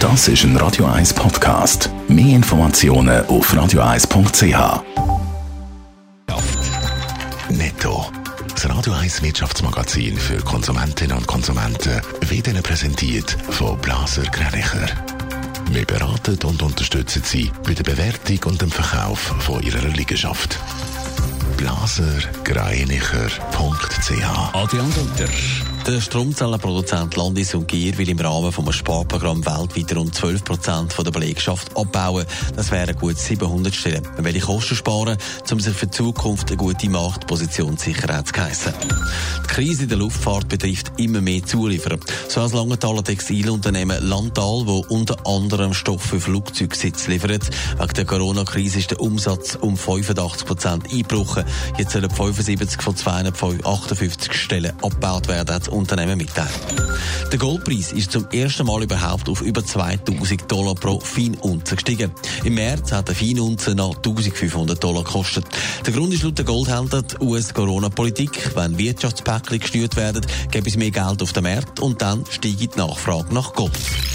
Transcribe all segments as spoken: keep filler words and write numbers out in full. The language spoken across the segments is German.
Das ist ein Radio eins Podcast. Mehr Informationen auf radio eins punkt c h. Netto, das Radio eins Wirtschaftsmagazin für Konsumentinnen und Konsumenten, wird Ihnen präsentiert von Blaser Greinicher. Wir beraten und unterstützen Sie bei der Bewertung und dem Verkauf von Ihrer Liegenschaft. blaser greinicher punkt c h. Adrian Sutter. Der Stromzellenproduzent Landis und Gyr will im Rahmen vom Sparprogramm weltweit rund zwölf Prozent der Belegschaft abbauen. Das wären gut siebenhundert Stellen. Man will Kosten sparen, um sich für die Zukunft eine gute Marktposition sichern zu heissen. Die Krise in der Luftfahrt betrifft immer mehr Zulieferer. So als Langenthaler Textilunternehmen Landtal, das unter anderem Stoff für Flugzeugsitze liefert. Wegen der Corona-Krise ist der Umsatz um fünfundachtzig Prozent eingebrochen. Jetzt sollen fünfundsiebzig von zweihundertachtundfünfzig Stellen abgebaut werden. Unternehmen mitteilen. Der Goldpreis ist zum ersten Mal überhaupt auf über zweitausend Dollar pro Feinunze gestiegen. Im März hat eine Feinunze noch eintausendfünfhundert Dollar gekostet. Der Grund ist laut der Goldhändler die U S-Corona-Politik. Wenn Wirtschaftspäckchen gesteuert werden, gäbe es mehr Geld auf den Markt und dann steigt die Nachfrage nach Gold.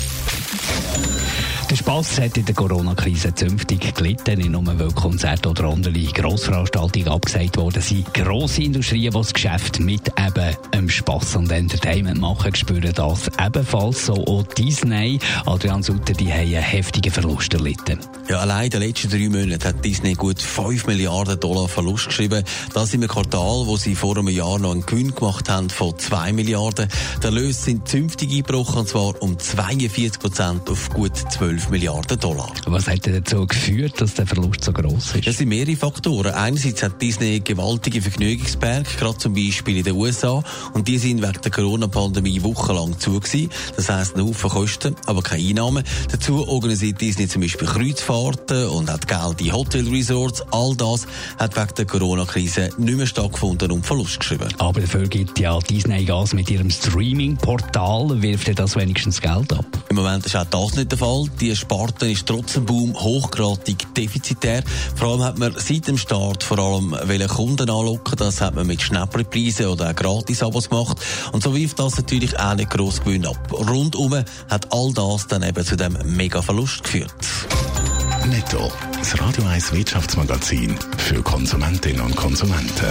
Der Spass hat in der Corona-Krise zünftig gelitten, nicht nur weil Konzerte oder andere Grossveranstaltungen abgesagt worden sind. Grosse Industrien, die das Geschäft mit eben einem Spass und Entertainment machen, spüren das ebenfalls. So auch Disney. Adrian Sutter, die haben einen heftigen Verlust erlitten. Ja, allein in den letzten drei Monaten hat Disney gut fünf Milliarden Dollar Verlust geschrieben. Das in einem Quartal, wo sie vor einem Jahr noch einen Gewinn gemacht haben von zwei Milliarden. Die Erlöse sind zünftig eingebrochen, und zwar um zweiundvierzig Prozent auf gut zwölf Milliarden Dollar. Was hat denn dazu geführt, dass der Verlust so gross ist? Das sind mehrere Faktoren. Einerseits hat Disney gewaltige Vergnügungsberge, gerade zum Beispiel in den U S A, und die sind wegen der Corona-Pandemie wochenlang zu gewesen. Das heisst, ein Haufen Kosten, aber keine Einnahmen. Dazu organisiert Disney zum Beispiel Kreuzfahrten und hat Geld in Hotelresorts. All das hat wegen der Corona-Krise nicht mehr stattgefunden und Verlust geschrieben. Aber dafür gibt ja Disney Gas mit ihrem Streaming-Portal. Wirft ihr das wenigstens Geld ab? Im Moment ist auch das nicht der Fall. Die Sparte ist trotz dem Boom hochgradig defizitär. Vor allem hat man seit dem Start vor allem Kunden anlocken. Das hat man mit Schnäpperpreisen oder auch Gratis-Abos gemacht. Und so wirft das natürlich auch nicht gross Gewinn ab. Rundum hat all das dann eben zu dem Mega-Verlust geführt. Netto, das Radio eins Wirtschaftsmagazin für Konsumentinnen und Konsumenten.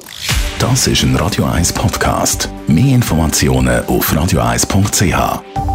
Das ist ein Radio eins Podcast. Mehr Informationen auf radio eins punkt c h.